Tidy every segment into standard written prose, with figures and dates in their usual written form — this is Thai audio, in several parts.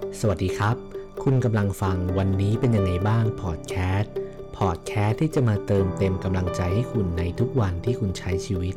สวัสดีครับคุณกำลังฟังวันนี้เป็นยังไงบ้างพอดแคสต์ที่จะมาเติมเต็มกำลังใจให้คุณในทุกวันที่คุณใช้ชีวิต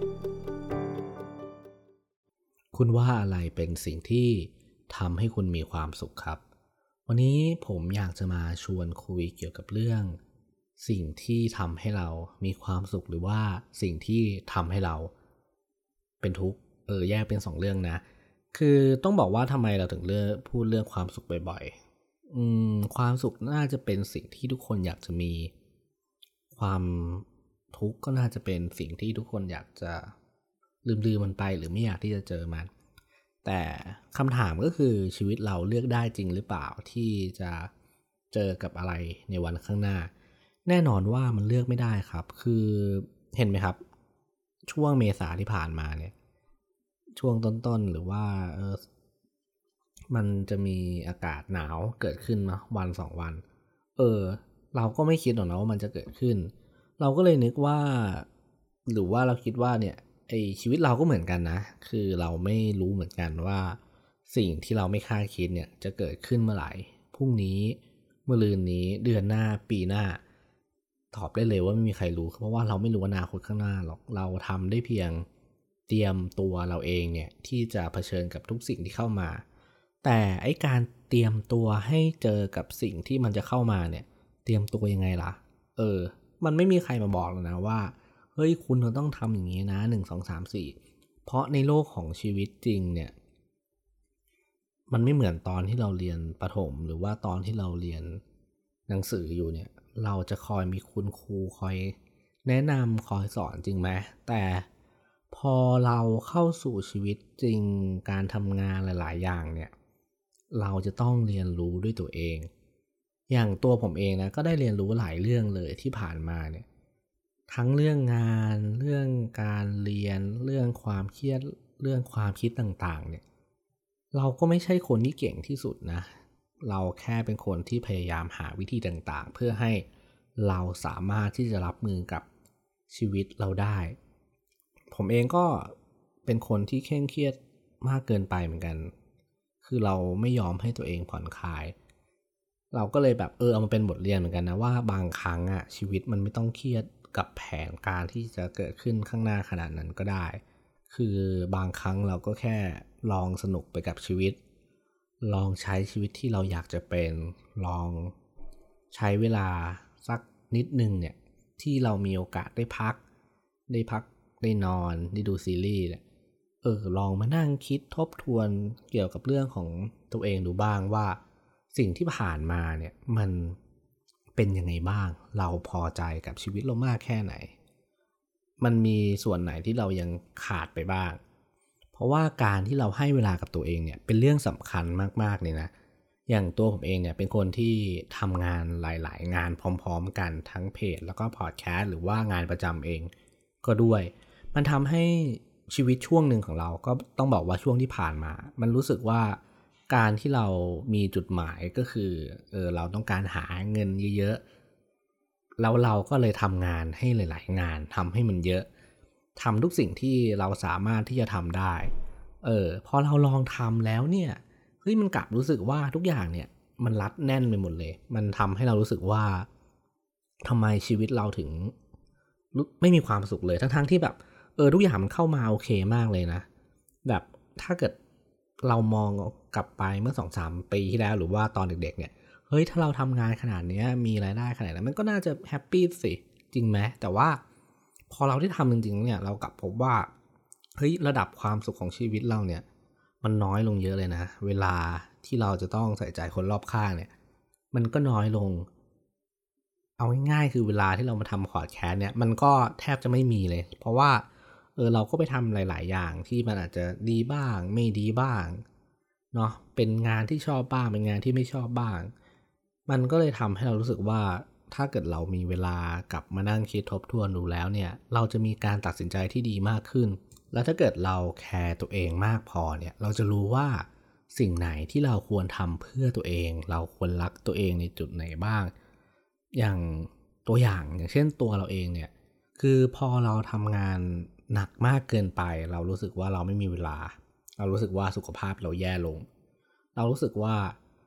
คุณว่าอะไรเป็นสิ่งที่ทำให้คุณมีความสุขครับวันนี้ผมอยากจะมาชวนคุยเกี่ยวกับเรื่องสิ่งที่ทำให้เรามีความสุขหรือว่าสิ่งที่ทำให้เราเป็นทุกข์แยกเป็น2เรื่องนะคือต้องบอกว่าทำไมเราถึงเลือกพูดเรื่องความสุขบ่อยๆความสุขน่าจะเป็นสิ่งที่ทุกคนอยากจะมีความทุกข์ก็น่าจะเป็นสิ่งที่ทุกคนอยากจะลืมมันไปหรือไม่อยากที่จะเจอมันแต่คำถามก็คือชีวิตเราเลือกได้จริงหรือเปล่าที่จะเจอกับอะไรในวันข้างหน้าแน่นอนว่ามันเลือกไม่ได้ครับคือเห็นไหมครับช่วงเมษาที่ผ่านมาเนี่ยช่วงต้นๆหรือว่ามันจะมีอากาศหนาวเกิดขึ้นมาวัน2วันเราก็ไม่คิดหรอกนะว่ามันจะเกิดขึ้นเราก็เลยนึกว่าหรือว่าเราคิดว่าเนี่ยชีวิตเราก็เหมือนกันนะคือเราไม่รู้เหมือนกันว่าสิ่งที่เราไม่คาดคิดเนี่ยจะเกิดขึ้นเมื่อไหร่พรุ่งนี้มะรืนนี้เดือนหน้าปีหน้าตอบได้เลยว่าไม่มีใครรู้เพราะว่าเราไม่รู้อนาคตข้างหน้าหรอกเราทำได้เพียงเตรียมตัวเราเองเนี่ยที่จะเผชิญกับทุกสิ่งที่เข้ามาแต่ไอ้การเตรียมตัวให้เจอกับสิ่งที่มันจะเข้ามาเนี่ยเตรียมตัวยังไงล่ะมันไม่มีใครมาบอกแล้วนะว่าเฮ้ยคุณต้องทำอย่างนี้นะ1 2 3 4เพราะในโลกของชีวิตจริงเนี่ยมันไม่เหมือนตอนที่เราเรียนประถมหรือว่าตอนที่เราเรียนหนังสืออยู่เนี่ยเราจะคอยมีคุณครูคอยแนะนำคอยสอนจริงไหมแต่พอเราเข้าสู่ชีวิตจริงการทำงานหลายๆอย่างเนี่ยเราจะต้องเรียนรู้ด้วยตัวเองอย่างตัวผมเองนะก็ได้เรียนรู้หลายเรื่องเลยที่ผ่านมาเนี่ยทั้งเรื่องงานเรื่องการเรียนเรื่องความเครียดเรื่องความคิดต่างๆเนี่ยเราก็ไม่ใช่คนที่เก่งที่สุดนะเราแค่เป็นคนที่พยายามหาวิธีต่างๆเพื่อให้เราสามารถที่จะรับมือกับชีวิตเราได้ผมเองก็เป็นคนที่เคร่งเครียดมากเกินไปเหมือนกันคือเราไม่ยอมให้ตัวเองผ่อนคลายเราก็เลยแบบเอามาเป็นบทเรียนเหมือนกันนะว่าบางครั้งชีวิตมันไม่ต้องเครียดกับแผนการที่จะเกิดขึ้นข้างหน้าขนาดนั้นก็ได้คือบางครั้งเราก็แค่ลองสนุกไปกับชีวิตลองใช้ชีวิตที่เราอยากจะเป็นลองใช้เวลาสักนิดนึงเนี่ยที่เรามีโอกาสได้พักได้นอนได้ดูซีรีส์เนี่ยลองมานั่งคิดทบทวนเกี่ยวกับเรื่องของตัวเองดูบ้างว่าสิ่งที่ผ่านมาเนี่ยมันเป็นยังไงบ้างเราพอใจกับชีวิตเรามากแค่ไหนมันมีส่วนไหนที่เรายังขาดไปบ้างเพราะว่าการที่เราให้เวลากับตัวเองเนี่ยเป็นเรื่องสำคัญมากๆเลยนะอย่างตัวผมเองเนี่ยเป็นคนที่ทำงานหลายๆงานพร้อมๆกันทั้งเพจแล้วก็พอดแคสต์หรือว่างานประจำเองก็ด้วยมันทำให้ชีวิตช่วงหนึ่งของเราก็ต้องบอกว่าช่วงที่ผ่านมามันรู้สึกว่าการที่เรามีจุดหมายก็คือเราต้องการหาเงินเยอะๆแล้วเราก็เลยทำงานให้หลายๆงานทำให้มันเยอะทำทุกสิ่งที่เราสามารถที่จะทำได้พอเราลองทำแล้วเนี่ยเฮ้ยมันกลับรู้สึกว่าทุกอย่างเนี่ยมันรัดแน่นไปหมดเลยมันทำให้เรารู้สึกว่าทำไมชีวิตเราถึงไม่มีความสุขเลยทั้งๆที่แบบทุกอย่างมันเข้ามาโอเคมากเลยนะแบบถ้าเกิดเรามองกลับไปเมื่อ 2-3 ปีที่แล้วหรือว่าตอนเด็กๆเนี่ยเฮ้ยถ้าเราทำงานขนาดนี้มีรายได้ขนาดนั้นมันก็น่าจะแฮปปี้สิจริงไหมแต่ว่าพอเราได้ทำจริงๆเนี่ยเรากลับพบว่าเฮ้ยระดับความสุขของชีวิตเราเนี่ยมันน้อยลงเยอะเลยนะเวลาที่เราจะต้องใส่ใจคนรอบข้างเนี่ยมันก็น้อยลงเอาง่ายๆคือเวลาที่เรามาทำพอดแคสต์เนี่ยมันก็แทบจะไม่มีเลยเพราะว่าเราก็ไปทำหลายๆอย่างที่มันอาจจะดีบ้างไม่ดีบ้างเนาะเป็นงานที่ชอบบ้างเป็นงานที่ไม่ชอบบ้างมันก็เลยทำให้เรารู้สึกว่าถ้าเกิดเรามีเวลากลับมานั่งคิดทบทวนดูแล้วเนี่ยเราจะมีการตัดสินใจที่ดีมากขึ้นแล้วถ้าเกิดเราแคร์ตัวเองมากพอเนี่ยเราจะรู้ว่าสิ่งไหนที่เราควรทำเพื่อตัวเองเราควรรักตัวเองในจุดไหนบ้างอย่างตัวอย่างเช่นตัวเราเองเนี่ยคือพอเราทำงานหนักมากเกินไปเรารู้สึกว่าเราไม่มีเวลาเรารู้สึกว่าสุขภาพเราแย่ลงเรารู้สึกว่า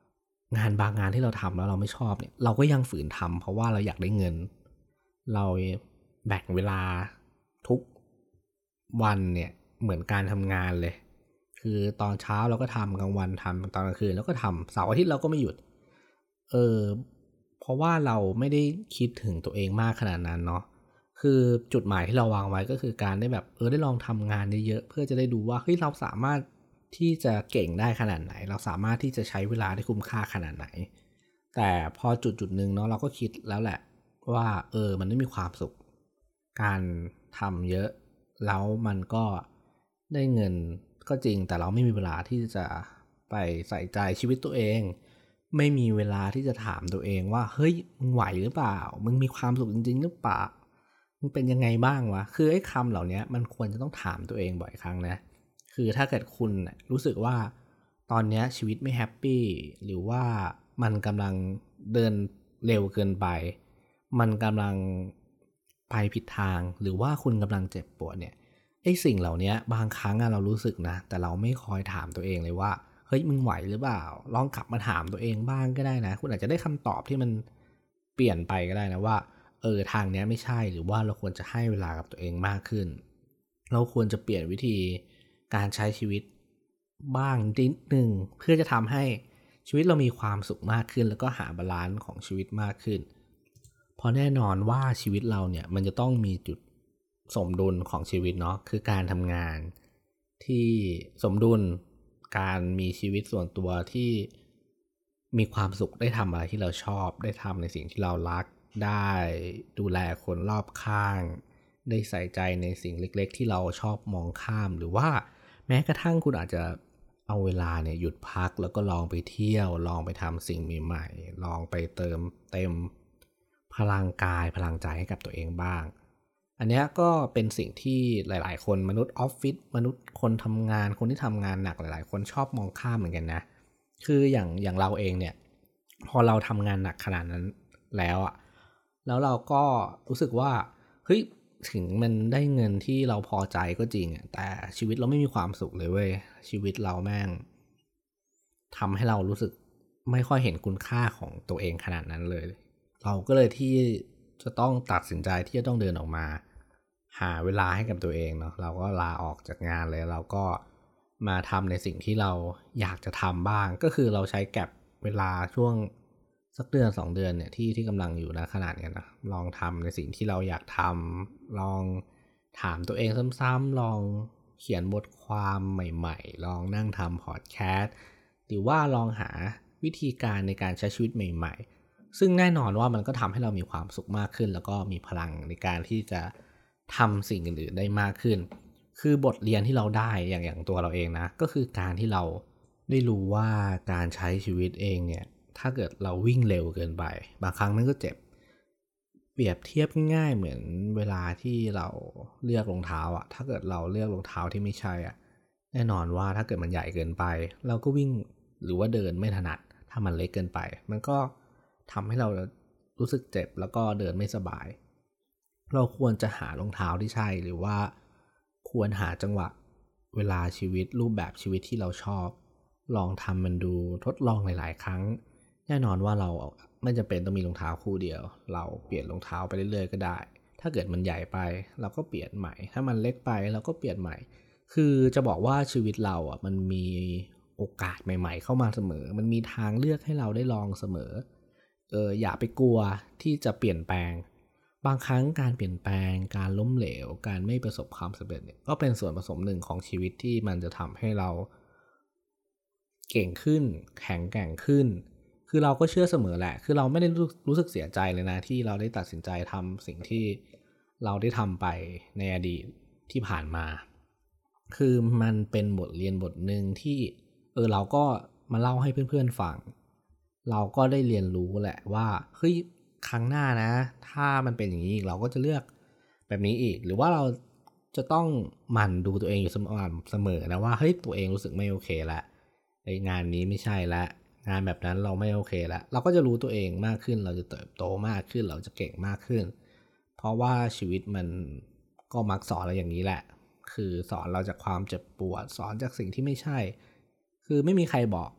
งานบางงานที่เราทำแล้วเราไม่ชอบเนี่ยเราก็ยังฝืนทำเพราะว่าเราอยากได้เงินเราแบ่งเวลาทุกวันเนี่ยเหมือนการทำงานเลยคือตอนเช้าเราก็ทำกลางวันทำตอนกลางคืนแล้วก็ทำเสาร์อาทิตย์เราก็ไม่หยุดเออเพราะว่าเราไม่ได้คิดถึงตัวเองมากขนาดนั้นเนาะคือจุดหมายที่เราวางไว้ก็คือการได้แบบได้ลองทำงานเยอะๆเพื่อจะได้ดูว่าเฮ้ยเราสามารถที่จะเก่งได้ขนาดไหนเราสามารถที่จะใช้เวลาได้คุ้มค่าขนาดไหนแต่พอจุดหนึ่งเนาะเราก็คิดแล้วแหละว่ามันไม่มีความสุขการทำเยอะแล้วมันก็ได้เงินก็จริงแต่เราไม่มีเวลาที่จะไปใส่ใจชีวิตตัวเองไม่มีเวลาที่จะถามตัวเองว่าเฮ้ยมึงไหวหรือเปล่ามึงมีความสุขจริงๆหรือเปล่ามึงเป็นยังไงบ้างวะคือไอ้คำเหล่านี้มันควรจะต้องถามตัวเองบ่อยครั้งนะคือถ้าเกิดคุณรู้สึกว่าตอนนี้ชีวิตไม่แฮปปี้หรือว่ามันกำลังเดินเร็วเกินไปมันกำลังไปผิดทางหรือว่าคุณกำลังเจ็บปวดเนี่ยไอ้สิ่งเหล่านี้บางครั้งเรารู้สึกนะแต่เราไม่คอยถามตัวเองเลยว่าเฮ้ยมึงไหวหรือเปล่าลองกลับมาถามตัวเองบ้างก็ได้นะคุณอาจจะได้คำตอบที่มันเปลี่ยนไปก็ได้นะว่าทางนี้ไม่ใช่หรือว่าเราควรจะให้เวลากับตัวเองมากขึ้นเราควรจะเปลี่ยนวิธีการใช้ชีวิตบ้างนิดนึงเพื่อจะทำให้ชีวิตเรามีความสุขมากขึ้นแล้วก็หาบาลานซ์ของชีวิตมากขึ้นเพราะแน่นอนว่าชีวิตเราเนี่ยมันจะต้องมีจุดสมดุลของชีวิตเนาะคือการทำงานที่สมดุลการมีชีวิตส่วนตัวที่มีความสุขได้ทำอะไรที่เราชอบได้ทำในสิ่งที่เรารักได้ดูแลคนรอบข้างได้ใส่ใจในสิ่งเล็กๆที่เราชอบมองข้ามหรือว่าแม้กระทั่งคุณอาจจะเอาเวลาเนี่ยหยุดพักแล้วก็ลองไปเที่ยวลองไปทำสิ่งใหม่ๆลองไปเติมเต็มพลังกายพลังใจให้กับตัวเองบ้างอันนี้ก็เป็นสิ่งที่หลายๆคนมนุษย์ออฟฟิศมนุษย์คนทำงานคนที่ทำงานหนักหลายๆคนชอบมองข้ามเหมือนกันนะคืออย่างเราเองเนี่ยพอเราทำงานหนักขนาดนั้นแล้วแล้วเราก็รู้สึกว่าเฮ้ยถึงมันได้เงินที่เราพอใจก็จริงแต่ชีวิตเราไม่มีความสุขเลยเว้ยชีวิตเราแม่งทำให้เรารู้สึกไม่ค่อยเห็นคุณค่าของตัวเองขนาดนั้นเลยเราก็เลยที่จะต้องตัดสินใจที่จะต้องเดินออกมาหาเวลาให้กับตัวเองเนาะเราก็ลาออกจากงานเลยเราก็มาทำในสิ่งที่เราอยากจะทำบ้างก็คือเราใช้แก็ปเวลาช่วงสักเดือน2 เดือนเนี่ยที่กำลังอยู่ณขณะเนี้ยนะลองทำในสิ่งที่เราอยากทำลองถามตัวเองซ้ำๆลองเขียนบทความใหม่ๆลองนั่งทำพอดแคสต์หรือว่าลองหาวิธีการในการใช้ชีวิตใหม่ๆซึ่งแน่นอนว่ามันก็ทำให้เรามีความสุขมากขึ้นแล้วก็มีพลังในการที่จะทำสิ่งอื่นๆได้มากขึ้นคือบทเรียนที่เราได้อย่างตัวเราเองนะก็คือการที่เราได้รู้ว่าการใช้ชีวิตเองเนี่ยถ้าเกิดเราวิ่งเร็วเกินไปบางครั้งมันก็เจ็บเปรียบเทียบง่ายๆเหมือนเวลาที่เราเลือกรองเท้าถ้าเกิดเราเลือกรองเท้าที่ไม่ใช่แน่นอนว่าถ้าเกิดมันใหญ่เกินไปเราก็วิ่งหรือว่าเดินไม่ถนัดถ้ามันเล็กเกินไปมันก็ทำให้เรารู้สึกเจ็บแล้วก็เดินไม่สบายเราควรจะหารองเท้าที่ใช่หรือว่าควรหาจังหวะเวลาชีวิตรูปแบบชีวิตที่เราชอบลองทำมันดูทดลองหลายๆครั้งแน่นอนว่าเราไม่จำเป็นต้องมีรองเท้าคู่เดียวเราเปลี่ยนรองเท้าไปเรื่อยๆก็ได้ถ้าเกิดมันใหญ่ไปเราก็เปลี่ยนใหม่ถ้ามันเล็กไปเราก็เปลี่ยนใหม่คือจะบอกว่าชีวิตเรามันมีโอกาสใหม่ๆเข้ามาเสมอมันมีทางเลือกให้เราได้ลองเสมออย่าไปกลัวที่จะเปลี่ยนแปลงบางครั้งการเปลี่ยนแปลงการล้มเหลวการไม่ประสบความสำเร็จเนี่ยก็เป็นส่วนผสมหนึ่งของชีวิตที่มันจะทำให้เราเก่งขึ้นแข็งแกร่งขึ้นคือเราก็เชื่อเสมอแหละคือเราไม่ได้รู้สึกเสียใจเลยนะที่เราได้ตัดสินใจทำสิ่งที่เราได้ทำไปในอดีตที่ผ่านมาคือมันเป็นบทเรียนบทหนึ่งที่เราก็มาเล่าให้เพื่อนๆฟังเราก็ได้เรียนรู้แหละว่าเฮ้ยครั้งหน้านะถ้ามันเป็นอย่างนี้อีกเราก็จะเลือกแบบนี้อีกหรือว่าเราจะต้องหมั่นดูตัวเองอยู่เสมอนะว่าเฮ้ยตัวเองรู้สึกไม่โอเคแล้วไอ้งานนี้ไม่ใช่แล้วงานแบบนั้นเราไม่โอเคแล้วเราก็จะรู้ตัวเองมากขึ้นเราจะเติบโตมากขึ้นเราจะเก่งมากขึ้นเพราะว่าชีวิตมันก็มักสอนเราอย่างนี้แหละคือสอนเราจากความเจ็บปวดสอนจากสิ่งที่ไม่ใช่คือไม่มีใครบอก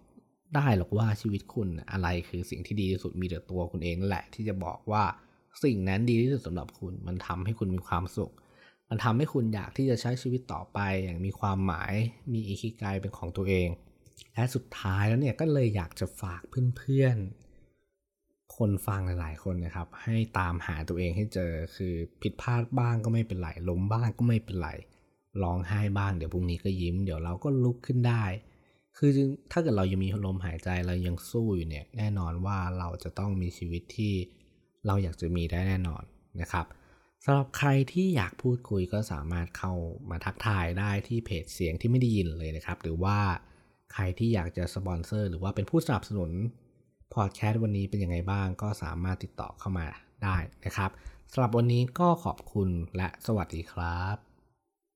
ได้หรอกว่าชีวิตคุณอะไรคือสิ่งที่ดีที่สุดมีแต่ตัวคุณเองนั่นแหละที่จะบอกว่าสิ่งนั้นดีที่สุดสำหรับคุณมันทำให้คุณมีความสุขมันทำให้คุณอยากที่จะใช้ชีวิตต่อไปอย่างมีความหมายมีอิคิไกเป็นของตัวเองและสุดท้ายแล้วเนี่ยก็เลยอยากจะฝากเพื่อนๆคนฟังหลายๆคนนะครับให้ตามหาตัวเองให้เจอคือผิดพลาดบ้างก็ไม่เป็นไรล้มบ้างก็ไม่เป็นไรร้องไห้บ้างเดี๋ยวพรุ่งนี้ก็ยิ้มเดี๋ยวเราก็ลุกขึ้นได้ คือถ้าเกิดเรายังมีลมหายใจเรายังสู้อยู่เนี่ยแน่นอนว่าเราจะต้องมีชีวิตที่เราอยากจะมีได้แน่นอนนะครับสำหรับใครที่อยากพูดคุยก็สามารถเข้ามาทักทายได้ที่เพจเสียงที่ไม่ได้ยินเลยนะครับหรือว่าใครที่อยากจะสปอนเซอร์หรือว่าเป็นผู้สนับสนุนพอดแคสต์วันนี้เป็นยังไงบ้างก็สามารถติดต่อเข้ามาได้นะครับสำหรับวันนี้ก็ขอบคุณและสวัสดีครับ